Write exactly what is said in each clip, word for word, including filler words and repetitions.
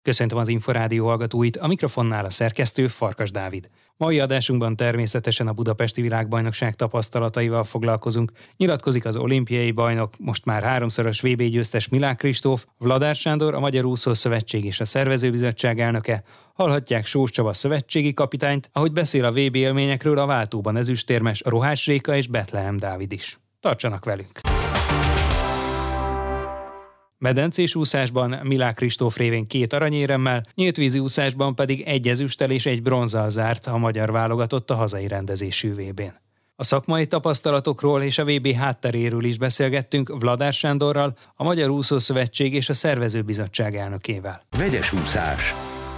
Köszöntöm az Inforádió hallgatóit, a mikrofonnál a szerkesztő Farkas Dávid. Mai adásunkban természetesen a budapesti világbajnokság tapasztalataival foglalkozunk. Nyilatkozik az olimpiai bajnok, most már háromszoros vé bé győztes Milák Kristóf, Vladár Sándor, a Magyar Úszó Szövetség és a Szervezőbizottság elnöke. Hallhatják Sós Csaba szövetségi kapitányt, ahogy beszél a vé bé élményekről a váltóban ezüstérmes Rohács Réka és Betlehem Dávid is. Tartsanak velünk! Medencés úszásban Milák Kristóf révén két aranyéremmel, nyíltvízi úszásban pedig egy ezüsttel és egy bronzzal zárt a magyar válogatott a hazai rendezésű vé bén. A szakmai tapasztalatokról és a vé bé hátteréről is beszélgettünk Vladár Sándorral, a Magyar Úszó Szövetség és a Szervezőbizottság elnökével. Vegyes úszás.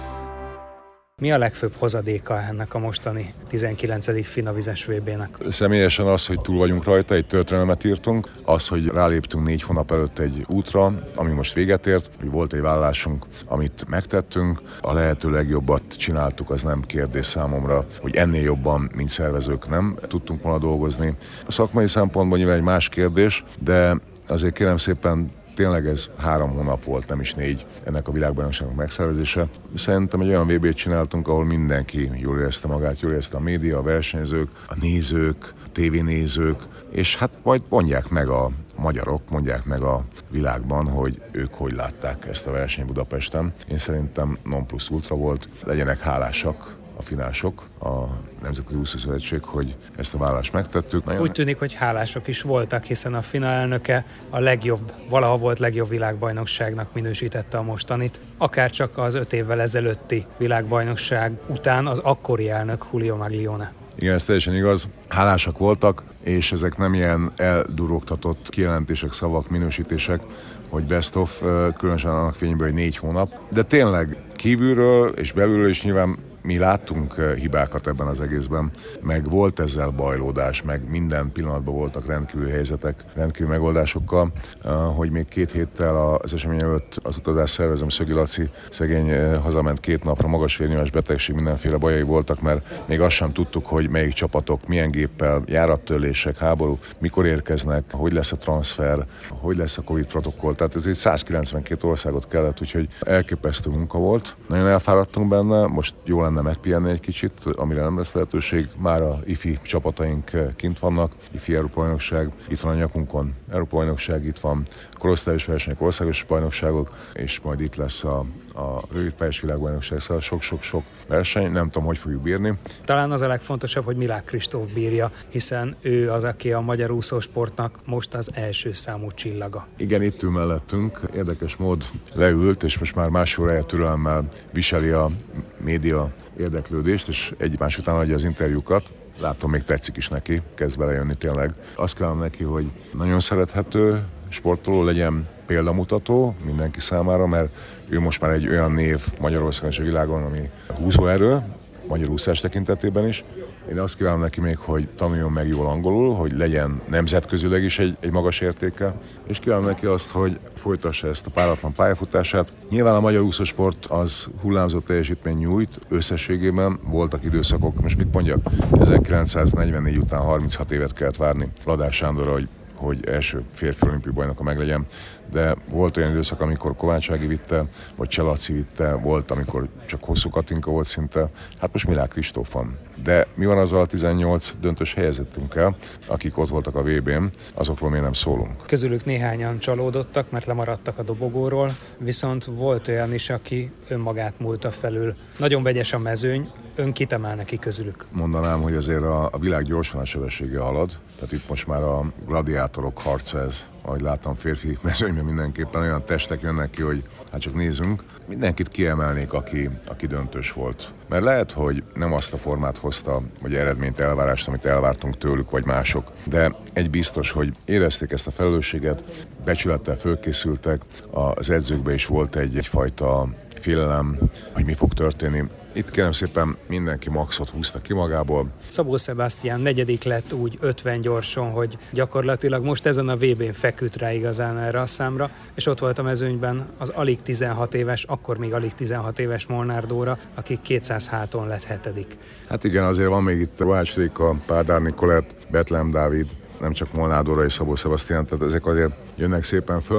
Mi a legfőbb hozadéka ennek a mostani tizenkilencedik finavizes vé bének? Személyesen az, hogy túl vagyunk rajta, egy történelmet írtunk, az, hogy ráléptünk négy hónap előtt egy útra, ami most véget ért, hogy volt egy vállalásunk, amit megtettünk, a lehető legjobbat csináltuk, az nem kérdés számomra, hogy ennél jobban, mint szervezők nem tudtunk volna dolgozni. A szakmai szempontból nyilván egy más kérdés, de azért kérem szépen, tényleg ez három hónap volt, nem is négy, ennek a világbajnokságnak megszervezése. Szerintem egy olyan vé bét csináltunk, ahol mindenki jól érezte magát, jól érezte a média, a versenyzők, a nézők, a tévénézők, és hát majd mondják meg a magyarok, mondják meg a világban, hogy ők hogy látták ezt a versenyt Budapesten. Én szerintem non plus ultra volt, legyenek hálásak a finások, a Nemzetközi Úszószövetség, hogy ezt a vállalást megtettük. Úgy tűnik, hogy hálások is voltak, hiszen a FINA elnöke a legjobb, valaha volt legjobb világbajnokságnak minősítette a mostanit. Akár csak az öt évvel ezelőtti világbajnokság után az akkori elnök Julio Maglione. Igen, ez teljesen igaz. Hálásak voltak, és ezek nem ilyen eldurogtatott kijelentések, szavak, minősítések, hogy best of, különösen annak fényében, hogy négy hónap. De tényleg kívülről és belülről is nyilván mi láttunk hibákat ebben az egészben, meg volt ezzel bajlódás, meg minden pillanatban voltak rendkívüli helyzetek, rendkívüli megoldásokkal, hogy még két héttel az esemény előtt az utazás szervezem, Szögi Laci szegény hazament két napra, magas vérnyomás betegség, mindenféle bajai voltak, mert még azt sem tudtuk, hogy melyik csapatok, milyen géppel, járattörlések, háború, mikor érkeznek, hogy lesz a transfer, hogy lesz a Covid protokoll. Tehát ez egy százkilencvenkét országot kellett, úgyhogy elképesztő munka volt. Nagyon elfáradtunk benne, most jó lenne megpihenni egy kicsit, amire nem lesz lehetőség. Már a ifi csapataink kint vannak, ifi Európa-bajnokság, itt van a nyakunkon Európa-bajnokság, itt van korosztályos versenyek, országos bajnokságok, és majd itt lesz a, a rövidpályás világbajnokság, szóval sok-sok-sok verseny, nem tudom, hogy fogjuk bírni. Talán az a legfontosabb, hogy Milák Kristóf bírja, hiszen ő az, aki a magyar úszósportnak most az első számú csillaga. Igen, itt ül mellettünk, érdekes mód leült, és most már másfél órája türelemmel viseli a média érdeklődést, és egymás után adja az interjúkat. Látom, még tetszik is neki, kezd belejönni tényleg. Azt kívánom neki, hogy nagyon szerethető sportoló legyen, példamutató mindenki számára, mert ő most már egy olyan név Magyarországon és a világon, ami húzóerő, magyar úszás tekintetében is. Én azt kívánom neki még, hogy tanuljon meg jól angolul, hogy legyen nemzetközileg is egy, egy magas értéke, és kívánom neki azt, hogy folytassa ezt a páratlan pályafutását. Nyilván a magyar úszósport az hullámzó teljesítmény nyújt, összességében voltak időszakok, most mit mondjak, ezerkilencszáznegyvennégy után harminchat évet kellett várni Vladár Sándorra, hogy hogy első férfi olimpiai bajnoka meglegyen, de volt olyan időszak, amikor Kovács Ági vitte, vagy Cselaci vitte, volt, amikor csak Hosszú Katinka volt szinte, hát most Milák Kristóf van. De mi van azzal a tizennyolc döntős helyezettünkkel, akik ott voltak a vé bén, azokról még nem szólunk. Közülük néhányan csalódottak, mert lemaradtak a dobogóról, viszont volt olyan is, aki önmagát múlta felül. Nagyon vegyes a mezőny, ön kit emel neki közülük? Mondanám, hogy azért a, a világ gyorsan sebessége halad, tehát itt most már a gladiátorok harca ez, ahogy láttam férfi mezőnyben mindenképpen olyan testek jönnek ki, hogy hát csak nézzünk. Mindenkit kiemelnék, aki, aki döntős volt. Mert lehet, hogy nem azt a formát hozta, vagy eredményt, elvárást, amit elvártunk tőlük, vagy mások. De egy biztos, hogy érezték ezt a felelősséget, becsülettel fölkészültek, az edzőkben is volt egy, egyfajta félelem, hogy mi fog történni. Itt kérem szépen mindenki maxot húzta ki magából. Szabó Sebastian negyedik lett úgy ötven gyorson, hogy gyakorlatilag most ezen a vé bén feküdt rá igazán erre a számra, és ott volt a mezőnyben az alig tizenhat éves, akkor még alig tizenhat éves Molnár Dóra, aki kétszáz háton lett hetedik. Hát igen, azért van még itt Rohács Réka, Pádár Nikolett, Betlehem Dávid, nem csak Molnár Dóra és Szabó Sebastian, tehát ezek azért jönnek szépen föl.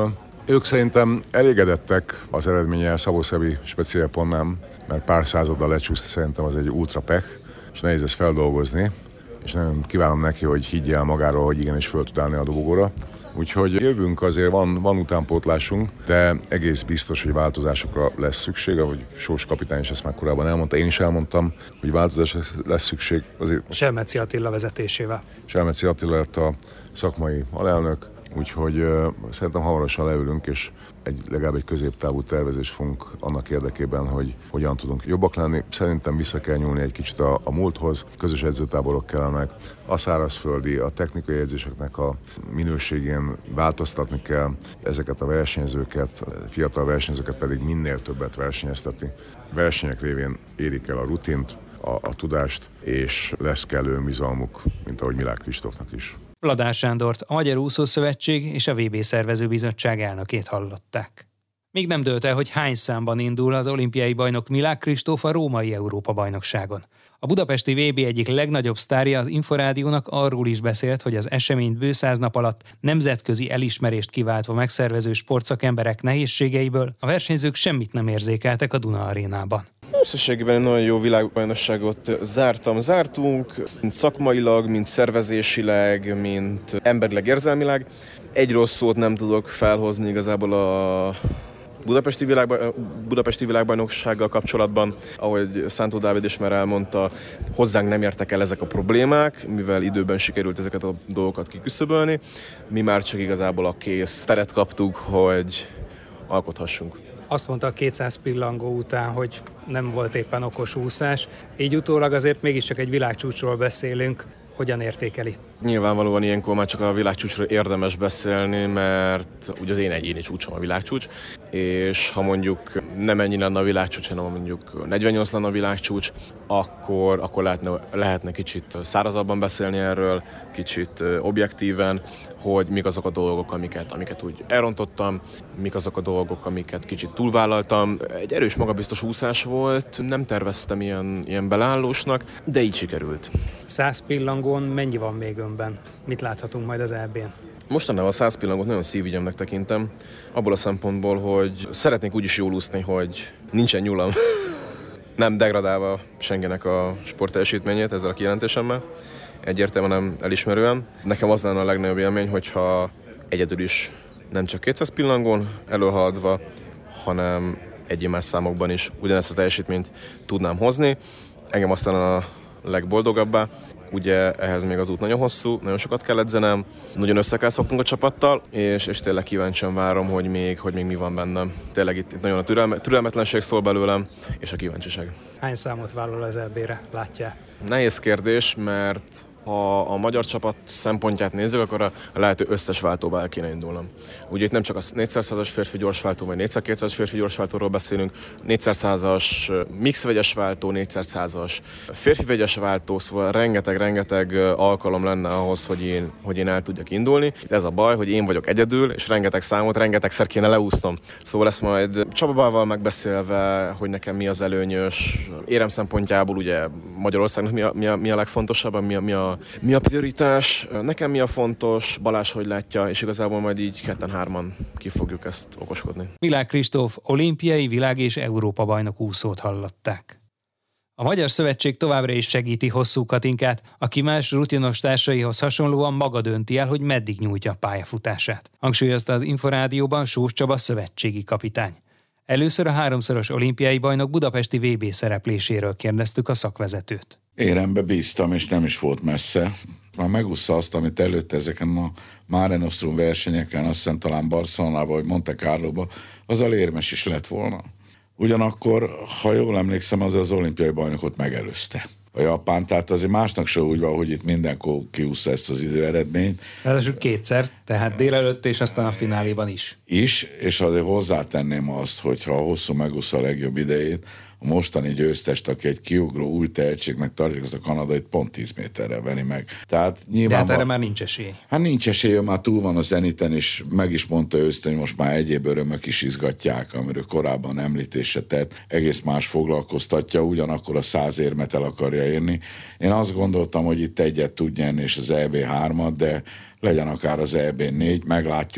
Ők szerintem elégedettek az eredménnyel, Szabó-Szabi speciál pont nem, mert pár századdal lecsúszni szerintem az egy ultra pech, és nehéz ezt feldolgozni, és nem kívánom neki, hogy higgye el magáról, hogy igenis föl tud állni a dobogóra. Úgyhogy jövünk, azért van, van utánpótlásunk, de egész biztos, hogy változásokra lesz szükség, ahogy Sós kapitány is ezt már korábban elmondta, én is elmondtam, hogy változásra lesz szükség. Azért Selmeci Attila vezetésével. Selmeci Attila lett a szakmai alelnök, úgyhogy uh, szerintem hamarosan leülünk, és egy, legalább egy középtávú tervezést fogunk annak érdekében, hogy hogyan tudunk jobbak lenni. Szerintem vissza kell nyúlni egy kicsit a, a múlthoz, közös edzőtáborok kellenek, a szárazföldi, a technikai edzéseknek a minőségén változtatni kell, ezeket a versenyzőket, a fiatal versenyzőket pedig minél többet versenyeztetni. Versenyek révén érik el a rutint, a, a tudást, és lesz kellő önbizalmuk, mint ahogy Milák Kristófnak is. Ladár Sándort, a Magyar Úszószövetség és a vé bé szervezőbizottság elnökét hallották. Még nem dőlt el, hogy hány számban indul az olimpiai bajnok Milák Kristóf a római Európa-bajnokságon. A budapesti vé bé egyik legnagyobb sztárja, az Inforádiónak arról is beszélt, hogy az eseményt bő száz nap alatt nemzetközi elismerést kiváltva megszervező sportszakemberek nehézségeiből a versenyzők semmit nem érzékeltek a Duna arénában. Összességében nagyon jó világbajnokságot zártam. Zártunk, mint szakmailag, mint szervezésileg, mint emberileg, érzelmileg. Egy rossz szót nem tudok felhozni igazából a Budapesti, világbaj, Budapesti világbajnoksággal kapcsolatban. Ahogy Szántó Dávid is már elmondta, hozzánk nem értek el ezek a problémák, mivel időben sikerült ezeket a dolgokat kiküszöbölni. Mi már csak igazából a kész teret kaptuk, hogy alkothassunk. Azt mondta a kétszáz pillangó után, hogy nem volt éppen okos úszás. Így utólag azért mégiscsak egy világcsúcsról beszélünk. Hogyan értékeli? Nyilvánvalóan ilyenkor már csak a világcsúcsról érdemes beszélni, mert ugye az én egyéni csúcsom a világcsúcs, és ha mondjuk nem ennyi lenne a világcsúcs, hanem mondjuk negyvennyolc lenne a világcsúcs, akkor, akkor lehetne, lehetne kicsit szárazabban beszélni erről, kicsit objektíven, hogy mik azok a dolgok, amiket, amiket úgy elrontottam, mik azok a dolgok, amiket kicsit túlvállaltam. Egy erős, magabiztos úszás volt, nem terveztem ilyen, ilyen belállósnak, de így sikerült. Száz pillangón mennyi van még önben? Mit láthatunk majd az é bén? Mostanában a száz pillangót nagyon szívügyemnek tekintem, abból a szempontból, hogy szeretnék úgy is jól úszni, hogy nincsen nyulam. Nem degradálva senkinek a sportteljesítményét ezzel a kijelentésemmel, egyértelműen nem elismerően. Nekem az lenne a legnagyobb élmény, hogyha egyedül is nem csak kétszáz pillangón előhaladva, hanem egyéb más számokban is ugyanezt a teljesítményt tudnám hozni. Engem aztán a legboldogabbá. Ugye ehhez még az út nagyon hosszú, nagyon sokat kell edzenem, nagyon össze kell szoktunk a csapattal, és, és tényleg kíváncsian várom, hogy még, hogy még mi van bennem. Tényleg itt, itt nagyon a türelme, türelmetlenség szól belőlem, és a kíváncsiság. Hány számot vállal az é bére, látja? Nehéz kérdés, mert ha a magyar csapat szempontját nézzük, akkor a lehető összes váltóba el kéne indulnom. Ugye itt nem csak a négyszázas férfi gyorsváltó, vagy négyszázas férfi gyorsváltóról beszélünk, négyszázas mixvegyes váltó, négyszázas férfi vegyes váltó, szóval rengeteg-rengeteg alkalom lenne ahhoz, hogy én, hogy én el tudjak indulni. Itt ez a baj, hogy én vagyok egyedül, és rengeteg számot rengetegszer kéne leúsznom. Szóval ezt majd Csabával megbeszélve, hogy nekem mi az előnyös, érem szempontjából ugye Magyarországnak mi a, mi a, mi a legfontosabb, mi a, mi a Mi a prioritás, nekem mi a fontos, Balázs hogy látja, és igazából majd így ketten-hárman ki fogjuk ezt okoskodni. Milák Kristóf olimpiai, világ- és Európa-bajnok úszót hallották. A Magyar Szövetség továbbra is segíti Hosszú Katinkát, aki más rutinos társaihoz hasonlóan maga dönti el, hogy meddig nyújtja a pályafutását. Hangsúlyozta az Inforádióban Sós Csaba szövetségi kapitány. Először a háromszoros olimpiai bajnok budapesti vé bé szerepléséről kérdeztük a szakvezetőt. Érembe bíztam, és nem is volt messze. Már megúszta azt, amit előtte ezeken a Mare Nostrum versenyeken, azt hiszem talán Barcelonában, vagy Monte Carloba, azzal érmes is lett volna. Ugyanakkor, ha jól emlékszem, az az olimpiai bajnokot megelőzte. A Japán, tehát azért másnak se úgy van, hogy itt mindenkor kiúszta ezt az időeredményt. Ráadásul kétszer, tehát délelőtt és aztán a fináléban is. Is, és azért hozzátenném azt, hogyha a Hosszú megúszta a legjobb idejét, a mostani győztest, aki egy kiugró új tehetségnek tartjuk, az a kanadait pont tíz méterrel veri meg. Tehát nyilván de hát erre már nincs esély. Hát nincs esély, már túl van a Zeniten, és meg is mondta őszintén, hogy most már egyéb örömök is izgatják, amiről korábban említésre tett, egész más foglalkoztatja, ugyanakkor a száz érmet el akarja érni. Én azt gondoltam, hogy itt egyet tud nyerni, és az é bé hármat, de legyen akár az é bé négy, meglátjuk.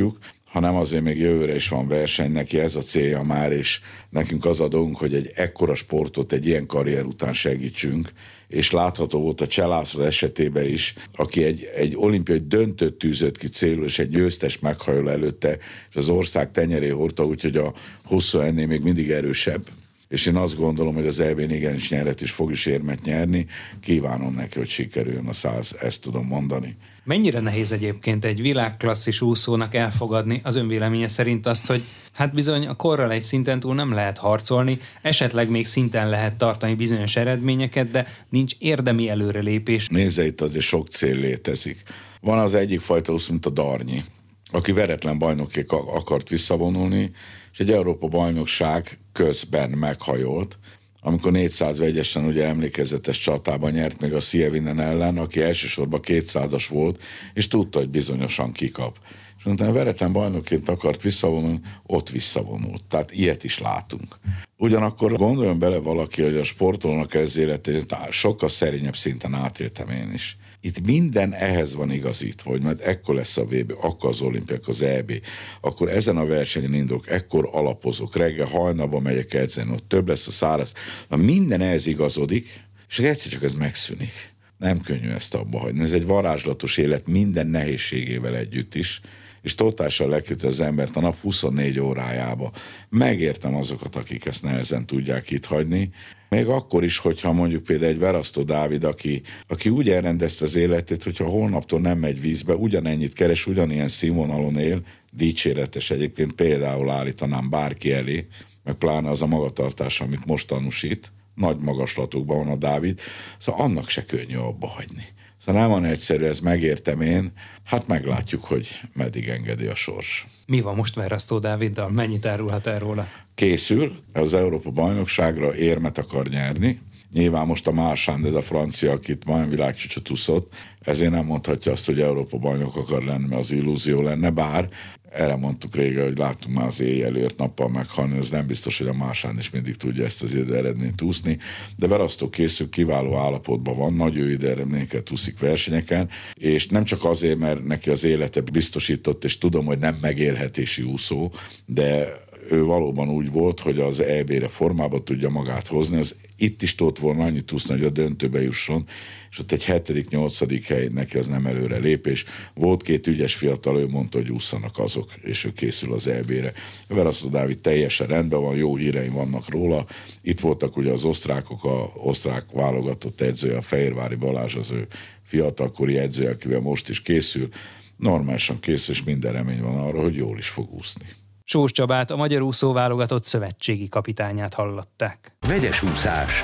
hanem azért még jövőre is van verseny, neki ez a célja már, és nekünk az a dolgunk, hogy egy ekkora sportot egy ilyen karrier után segítsünk, és látható volt a Cselászló esetében is, aki egy, egy olimpiai döntőt tűzött ki célul, és egy győztes meghajol előtte, és az ország tenyeré hordta, úgyhogy a hosszú ennél még mindig erősebb. És én azt gondolom, hogy az é bén igenis nyeret, és fog is érmet nyerni. Kívánom neki, hogy sikerüljön a száz, ezt tudom mondani. Mennyire nehéz egyébként egy világklasszis úszónak elfogadni az önvéleménye szerint azt, hogy hát bizony a korral egy szinten túl nem lehet harcolni, esetleg még szinten lehet tartani bizonyos eredményeket, de nincs érdemi előrelépés. Nézze, itt azért sok cél létezik. Van az egyik fajta úszó, mint a Darnyi, aki veretlen bajnokként akart visszavonulni, és egy Európa bajnokság közben meghajolt, amikor négyszáz vegyesen ugye emlékezetes csatában nyert meg a Sievinen ellen, aki elsősorban kétszázas volt, és tudta, hogy bizonyosan kikap. És utána veretlen bajnokként akart visszavonulni, ott visszavonult. Tehát ilyet is látunk. Ugyanakkor gondoljon bele valaki, hogy a sportolónak ez életét sokkal szerényebb szinten átéltem én is. Itt minden ehhez van igazítva, hogy majd ekkor lesz a vé bé, akkor az olimpiák, az é bé, akkor ezen a versenyen indulok, ekkor alapozok, reggel hajnalban megyek edzeni, ott több lesz a száraz. Na minden ehhez igazodik, és egyszer csak ez megszűnik. Nem könnyű ezt abba hagyni. Ez egy varázslatos élet minden nehézségével együtt is, és totálisan leköti az embert a nap huszonnégy órájába. Megértem azokat, akik ezt nehezen tudják itt hagyni. Még akkor is, hogyha mondjuk például egy Verasztó Dávid, aki, aki úgy elrendezte az életét, hogyha holnaptól nem megy vízbe, ugyanennyit keres, ugyanilyen színvonalon él, dicséretes egyébként, például állítanám bárki elé, meg pláne az a magatartás, amit most tanúsít, nagy magaslatokban van a Dávid, szóval annak se könnyű abba hagyni. Szóval nem van egyszerű, ez megértem én, hát meglátjuk, hogy meddig engedi a sors. Mi van most Verasztó Dáviddal? Mennyit árulhat el róla? Készül, az Európa bajnokságra érmet akar nyerni. Nyilván most a Marchand, ez a francia, akit majdnem világcsúcsot úszott, ezért nem mondhatja azt, hogy Európa bajnok akar lenni, mert az illúzió lenne, bár erre mondtuk régen, hogy láttunk már az éjjelért nappal meghalni, az nem biztos, hogy a Marchand is mindig tudja ezt az idő eredményt úszni, de Verasztó készül, kiváló állapotban van, nagy ő idő eredményeket úszik versenyeken, és nem csak azért, mert neki az élete biztosított, és tudom, hogy nem megélhetési úszó, de ő valóban úgy volt, hogy az é bére formába tudja magát hozni, az itt is tudott volna annyit úszni, hogy a döntőbe jusson, és ott egy hetedik-nyolcadik hely, neki az nem előre lépés. Volt két ügyes fiatal, ő mondta, hogy ússzanak azok, és ő készül az é bére. Verasztó Dávid teljesen rendben van, jó híreim vannak róla. Itt voltak ugye az osztrákok, a osztrák válogatott edzője, a Fehérvári Balázs, az ő fiatalkori edzője, akivel most is készül. Normálisan készül, és minden remény van arra, hogy jól is fog úszni. Sós Csabát, a magyar úszóválogatott szövetségi kapitányát hallották. Vegyes úszás.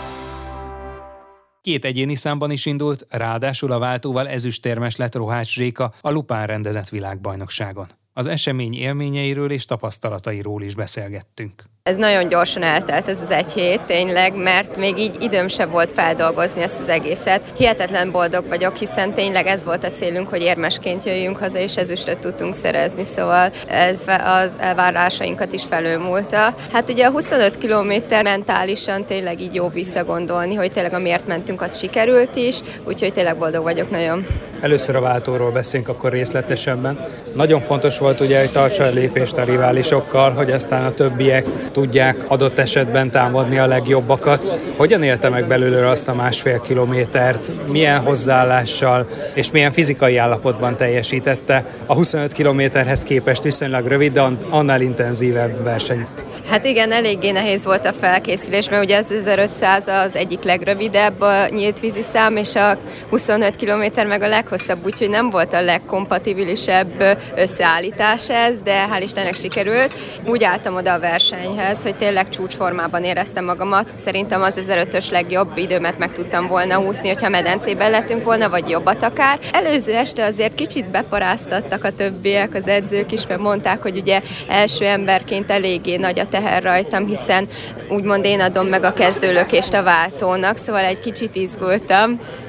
Két egyéni számban is indult, ráadásul a váltóval ezüstérmes lett Rohács Réka a Lupán rendezett világbajnokságon. Az esemény élményeiről és tapasztalatairól is beszélgettünk. Ez nagyon gyorsan eltelt ez az egy hét tényleg, mert még így időm sem volt feldolgozni ezt az egészet. Hihetetlen boldog vagyok, hiszen tényleg ez volt a célunk, hogy érmesként jöjjünk haza, és ezüstöt tudtunk szerezni, szóval ez az elvárásainkat is felülmúlta. Hát ugye a huszonöt kilométer mentálisan tényleg így jó visszagondolni, hogy tényleg amiért mentünk, az sikerült is, úgyhogy tényleg boldog vagyok nagyon. Először a váltóról beszélünk akkor részletesebben. Nagyon fontos volt ugye, hogy tartsa a lépést a riválisokkal, hogy aztán a többiek tudják adott esetben támadni a legjobbakat. Hogyan élte meg belőle azt a másfél kilométert, milyen hozzáállással és milyen fizikai állapotban teljesítette a huszonöt kilométerhez képest viszonylag rövid, de annál intenzívebb versenyt? Hát igen, eléggé nehéz volt a felkészülés, mert ugye az ezerötszáz az egyik legrövidebb a nyílt vízi szám, és a huszonöt kilométer meg a leghosszabb, úgyhogy nem volt a legkompatibilisebb összeállítás ez, de hál' Istennek sikerült. Úgy álltam oda a versenyhez, hogy tényleg csúcsformában éreztem magamat. Szerintem az ezerötös legjobb időmet meg tudtam volna úszni, hogyha medencében lettünk volna, vagy jobbat akár. Előző este azért kicsit beparáztattak a többiek, az edzők is, mert mondták, hogy ugye első emberként eléggé nagy a teher rajtam, hiszen úgymond én adom meg a kezdőlökést a váltónak, szóval egy kicsit izgultam,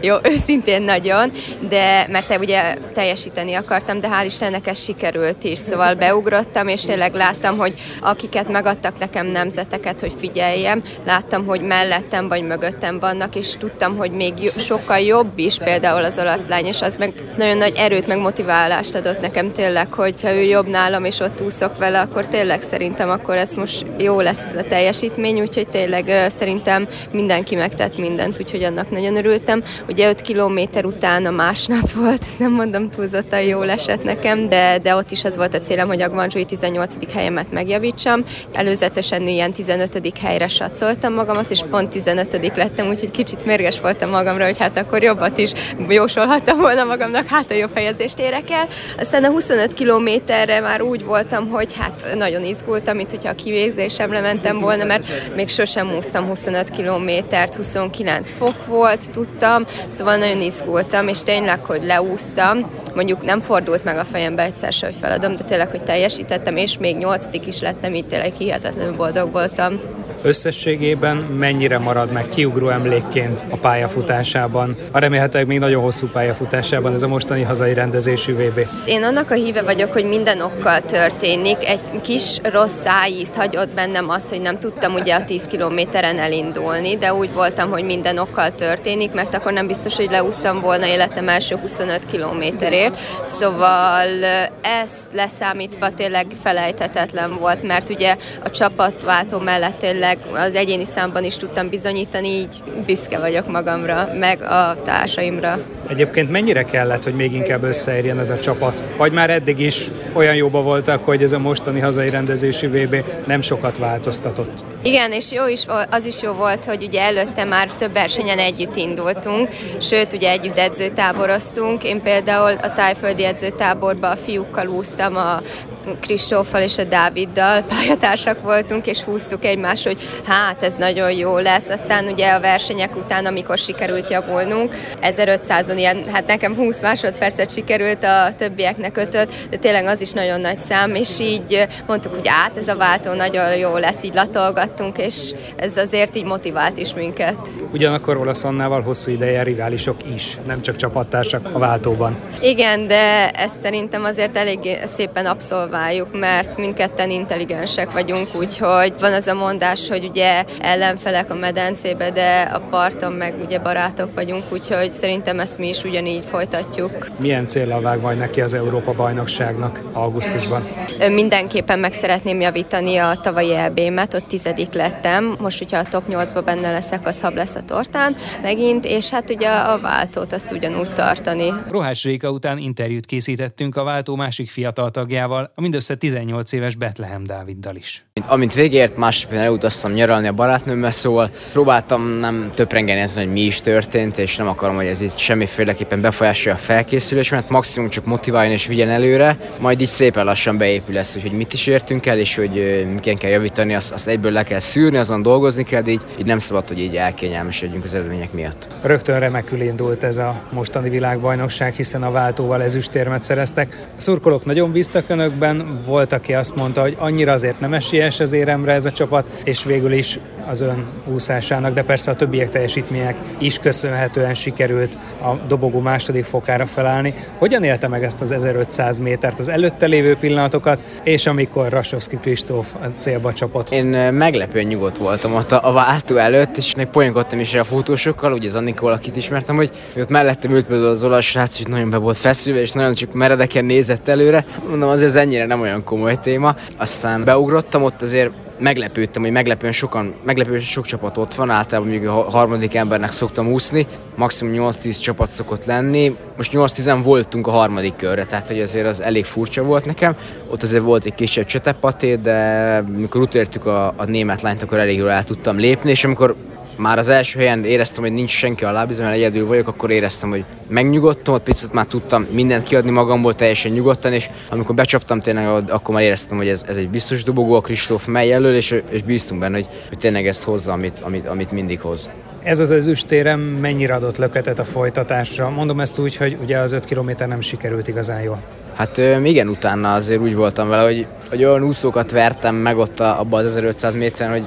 jó, őszintén nagyon, de mert te ugye teljesíteni akartam, de hál' Istennek ez sikerült is, szóval beugrottam, és tényleg láttam, hogy akiket megadtak nekem nemzeteket, hogy figyeljem, láttam, hogy mellettem vagy mögöttem vannak, és tudtam, hogy még sokkal jobb is, például az olasz lány, és az meg nagyon nagy erőt, meg motiválást adott nekem tényleg, hogy ha ő jobb nálam, és ott úszok vele, akkor tényleg szerintem akkor ez most jó lesz ez a teljesítmény, úgyhogy tényleg szerintem mindenki megtett mindent, úgyhogy annak nagyon örültem. Ugye öt kilométer után a másnap volt, ezt nem mondom túlzottan jól esett nekem, de, de ott is az volt a célom, hogy a guangzhoui tizennyolcadik helyemet megjavítsam. Előzetesen ilyen tizenötödik helyre satszoltam magamat, és pont tizenötödik lettem, úgyhogy kicsit mérges voltam magamra, hogy hát akkor jobbat is jósolhattam volna magamnak, hát a jobb helyezést érek el. Aztán a huszonöt kilométerre már úgy voltam, hogy hát nagyon izgultam, mint hogyha a kivégzésemre mentem volna, mert még sosem úsztam huszonöt kilométert, huszonkilenc fok volt, tudtam, szóval nagyon izgultam, és tényleg, hogy leúsztam, mondjuk nem fordult meg a fejembe egyszer se, hogy feladom, de tényleg, hogy teljesítettem, és még nyolcadik is lettem, így tényleg hihetetlenül boldog voltam. Összességében mennyire marad meg kiugró emlékként a pályafutásában, a remélhetőleg még nagyon hosszú pályafutásában ez a mostani hazai rendezésű vé bé? Én annak a híve vagyok, hogy minden okkal történik. Egy kis rossz szájíz hagyott bennem az, hogy nem tudtam ugye a tíz kilométeren elindulni, de úgy voltam, hogy minden okkal történik, mert akkor nem biztos, hogy leúsztam volna életem első huszonöt kilométerért. Szóval ezt leszámítva tényleg felejthetetlen volt, mert ugye a csapatváltó mellett tényleg az egyéni számban is tudtam bizonyítani, így büszke vagyok magamra, meg a társaimra. Egyébként mennyire kellett, hogy még inkább összeérjen ez a csapat? Vagy már eddig is olyan jóba voltak, hogy ez a mostani hazai rendezésű vé bé nem sokat változtatott? Igen, és jó is, az is jó volt, hogy ugye előtte már több versenyen együtt indultunk, sőt, ugye együtt edzőtáboroztunk. Én például a tájföldi edzőtáborban a fiúkkal úsztam, a Kristóffal és a Dáviddal pályatársak voltunk, és húztuk egymást, hogy hát ez nagyon jó lesz. Aztán ugye a versenyek után, amikor sikerült javulnunk, ezerötszázon ilyen, hát nekem húsz másodpercet sikerült, a többieknek ötöt, de tényleg az is nagyon nagy szám, és így mondtuk, hogy hát ez a váltó nagyon jó lesz, így latolgattunk, és ez azért így motivált is minket. Ugyanakkor Olasz Annával hosszú ideje riválisok is, nem csak csapattársak a váltóban. Igen, de ezt szerintem azért elég szépen abszolváljuk, mert mindketten intelligensek vagyunk, úgyhogy van az a mondás, hogy ugye ellenfelek a medencébe, de a parton meg ugye barátok vagyunk, úgyhogy szerintem ezt mi is ugyanígy folytatjuk. Milyen céllal vág majd neki az Európa-bajnokságnak augusztusban? Mindenképpen meg szeretném javítani a tavalyi é bé-met, ott tizedik lettem, most hogyha a top nyolcba benne leszek, az hab lesz a tortán megint, és hát ugye a váltót azt ugyanúgy tartani. Rohács Réka után interjút készítettünk a váltó másik fiatal tagjával, a mindössze tizennyolc éves Betlehem Dáviddal is. Amint végért, másnapján elutaztam nyaralni a barátnőmmel, szóval próbáltam nem töprengeni ezen, hogy mi is történt, és nem akarom, hogy ez itt semmiféleképpen befolyásolja a felkészülés, mert maximum csak motiváljon és vigyen előre, majd így szépen lassan beépül lesz, hogy mit is értünk el, és hogy miken kell javítani, azt, azt egyből le kell szűrni, azon dolgozni kell, de így, így nem szabad, hogy így elkényelmesedjünk az eredmények miatt. Rögtön remekül indult ez a mostani világbajnokság, hiszen a váltóval ezüstérmet szereztek. A szurkolók nagyon bíztak önökben, volt, aki azt mondta, hogy annyira azért nem esélyes az éremre ez a csapat, és végül is az ön úszásának, de persze a többiek teljesítmények is köszönhetően sikerült a dobogó második fokára felállni. Hogyan élte meg ezt az ezerötszáz métert, az előtte lévő pillanatokat, és amikor Rasovszky Kristóf a célba csapott? Én meglepően nyugodt voltam ott a, a váltó előtt, és még poénkodtam is a futósokkal, ugye az Annikól, akit ismertem, hogy ott mellettem ült például az olasz srác, hogy nagyon be volt feszülve, és nagyon csak meredeken nézett előre. Mondom, azért ez ennyire nem olyan komoly téma. Aztán beugrottam, ott azért meglepődtem, hogy meglepően sokan, meglepően sok csapat ott van, általában még a harmadik embernek szoktam úszni, maximum nyolc-tíz csapat szokott lenni, most nyolc-tízen voltunk a harmadik körre, tehát hogy azért az elég furcsa volt nekem, ott azért volt egy kisebb csetepaté, de mikor utolértük a, a német lányt, akkor elég jól el tudtam lépni, és amikor már az első helyen éreztem, hogy nincs senki a lábizom, mert egyedül vagyok, akkor éreztem, hogy megnyugodtam, ott picit már tudtam mindent kiadni magamból teljesen nyugodtan, és amikor becsaptam tényleg, akkor már éreztem, hogy ez, ez egy biztos dobogó a Kristóf mely elől, és, és bíztunk benne, hogy, hogy tényleg ezt hozza, amit, amit, amit mindig hoz. Ez az ezüstérem mennyire adott löketet a folytatásra? Mondom ezt úgy, hogy ugye az öt kilométer nem sikerült igazán jól. Hát igen, utána azért úgy voltam vele, hogy, hogy olyan úszókat vertem meg ott abban az ezerötszáz méteren, hogy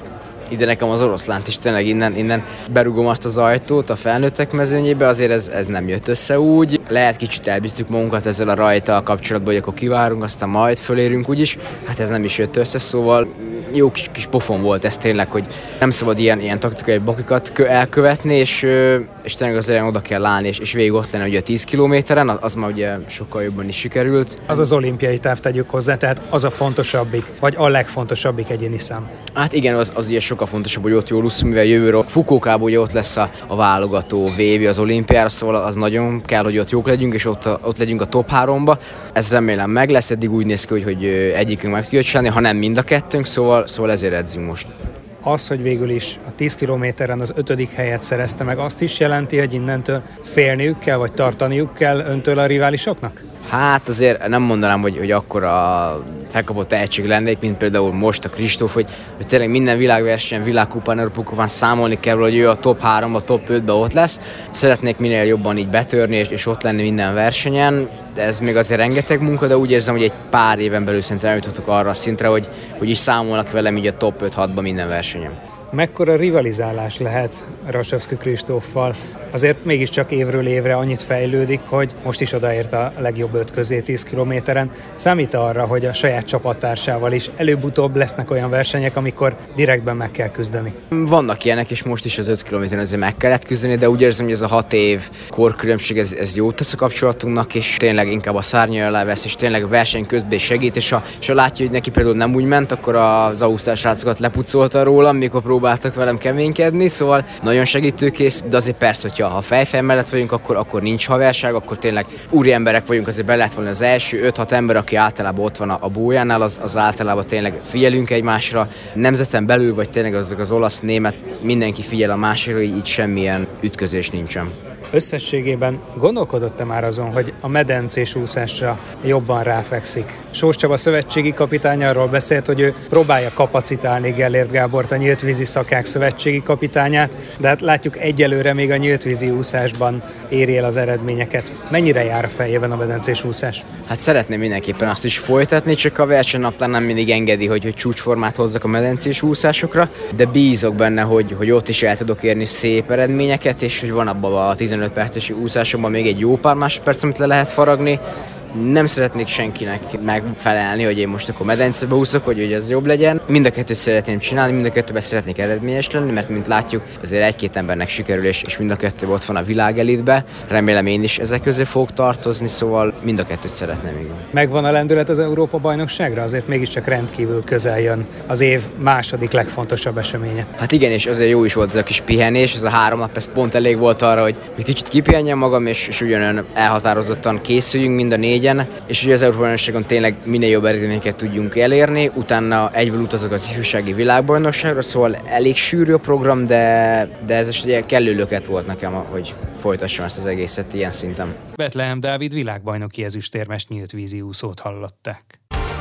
ide nekem az oroszlánt is tényleg innen, innen berugom azt az ajtót a felnőttek mezőnyébe, azért ez, ez nem jött össze úgy. Lehet kicsit elbíztuk magunkat ezzel a rajta kapcsolatban, hogy akkor kivárunk, aztán majd fölérünk úgyis. Hát ez nem is jött össze, szóval jó kis, kis pofon volt ez tényleg, hogy nem szabad ilyen, ilyen taktikai bakikat elkövetni, és, és tényleg azért oda kell állni, és, és végig ott lenni ugye a tíz kilométeren, az már ugye sokkal jobban is sikerült. Az az olimpiai táv, tegyük hozzá, tehát az a fontosabbik, vagy a legfontosabbik egyéni szám. Hát igen, az, az ugye sokkal fontosabb, hogy ott jól úszunk, mivel jövőről Fukuokában ugye ott lesz a, a válogató vé bé az olimpiára, szóval az nagyon kell, hogy ott jók legyünk, és ott, ott legyünk a top háromba. Ez remélem meg lesz, eddig úgy néz ki, hogy, hogy egyikünk meg tudja csinálni, ha nem mind a kettőnk, szóval, szóval ezért edzünk most. Az, hogy végül is a tíz kilométeren az ötödik helyet szerezte meg, azt is jelenti, hogy innentől félniük kell, vagy tartaniuk kell öntől a riválisoknak? Hát azért nem mondanám, hogy, hogy akkora felkapott tehetség lennék, mint például most a Kristóf, hogy, hogy tényleg minden világversenyen, világkupán, Európa-kupán számolni kell, hogy ő a top három, a top ötben ott lesz. Szeretnék minél jobban így betörni, és, és ott lenni minden versenyen. De ez még azért rengeteg munka, de úgy érzem, hogy egy pár éven belül szerintem eljutottuk arra a szintre, hogy, hogy is számolnak velem így a top öt-hatban minden versenyen. Mekkora rivalizálás lehet Rasovszky Kristóffal? Azért mégiscsak évről évre annyit fejlődik, hogy most is odaért a legjobb öt közé tíz kilométeren. Számít arra, hogy a saját csapattársával is előbb-utóbb lesznek olyan versenyek, amikor direktben meg kell küzdeni? Vannak ilyenek, és most is az öt kilométeren azért meg kellett küzdeni, de úgy érzem, hogy ez a hat év korkülönbség, ez, ez jót tesz a kapcsolatunknak, és tényleg inkább a szárnyai alá vesz, és tényleg a verseny közben segít, és ha, és ha látja, hogy neki például nem úgy ment, akkor az ausztrál srácokat lepucolta rólam, mikor próbáltak velem keménykedni, szóval nagyon segítőkész, de azért persze, hogyha ha fejfej mellett vagyunk, akkor, akkor nincs haverság, akkor tényleg úri emberek vagyunk, azért be lehet volna az első öt-hat ember, aki általában ott van a, a bójánál, az, az általában tényleg figyelünk egymásra. Nemzeten belül, vagy tényleg azok az olasz, német, mindenki figyel a másikra, így semmilyen ütközés nincsen. Összességében gondolkodott-e már azon, hogy a medencés úszásra jobban ráfekszik? Sós Csaba szövetségi kapitány arról beszélt, hogy ő próbálja kapacitálni Gellért Gábort, a nyíltvízi szakák szövetségi kapitányát, de hát látjuk egyelőre még a nyíltvízi úszásban éri el az eredményeket. Mennyire jár a fejében a medencés úszás? Hát szeretném mindenképpen azt is folytatni, csak a versenynaptár nem mindig engedi, hogy, hogy csúcsformát hozzak a medencés úszásokra, de bízok benne, hogy, hogy ott is el tudok érni szép eredményeket, és hogy van abban a tizenöt perces úszásomban még egy jó pár másodperc, amit le lehet faragni. Nem szeretnék senkinek megfelelni, hogy én most akkor medencébe úszok, hogy, hogy ez jobb legyen. Mind a kettőt szeretném csinálni, mind a kettőben szeretnék eredményes lenni, mert mint látjuk, azért egy-két embernek sikerül, és, és mind a kettő ott van a világelitbe. Remélem én is ezek közé fogok tartozni, szóval mind a kettőt szeretném még. Megvan a lendület az Európa-bajnokságra? Azért mégiscsak rendkívül közel jön az év második legfontosabb eseménye. Hát igen, és azért jó is volt ez a kis pihenés, ez a három nap, ez pont elég volt arra, hogy kicsit kipihenjem magam, és, és ugyanolyan elhatározottan készüljünk mind a négyen, és ugye az Európa-bajnokságon tényleg minél jobb eredményeket tudjunk elérni, utána egyből utazok az ifjúsági világbajnokságra, szóval elég sűrű a program, de, de ez is ugye kellő löket volt nekem, hogy folytassam ezt az egészet ilyen szinten. Bethlehem Dávid világbajnoki ezüstérmes nyíltvízi úszót hallották.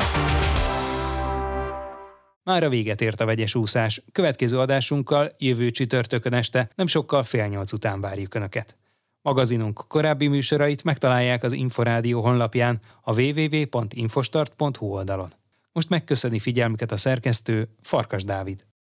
Mára véget ért a vegyes úszás. Következő adásunkkal jövő csütörtökön este nem sokkal fél nyolc után várjuk Önöket. Magazinunk korábbi műsorait megtalálják az Inforádió honlapján, a double-u double-u double-u pont infostart pont hu oldalon. Most megköszöni figyelmüket a szerkesztő, Farkas Dávid.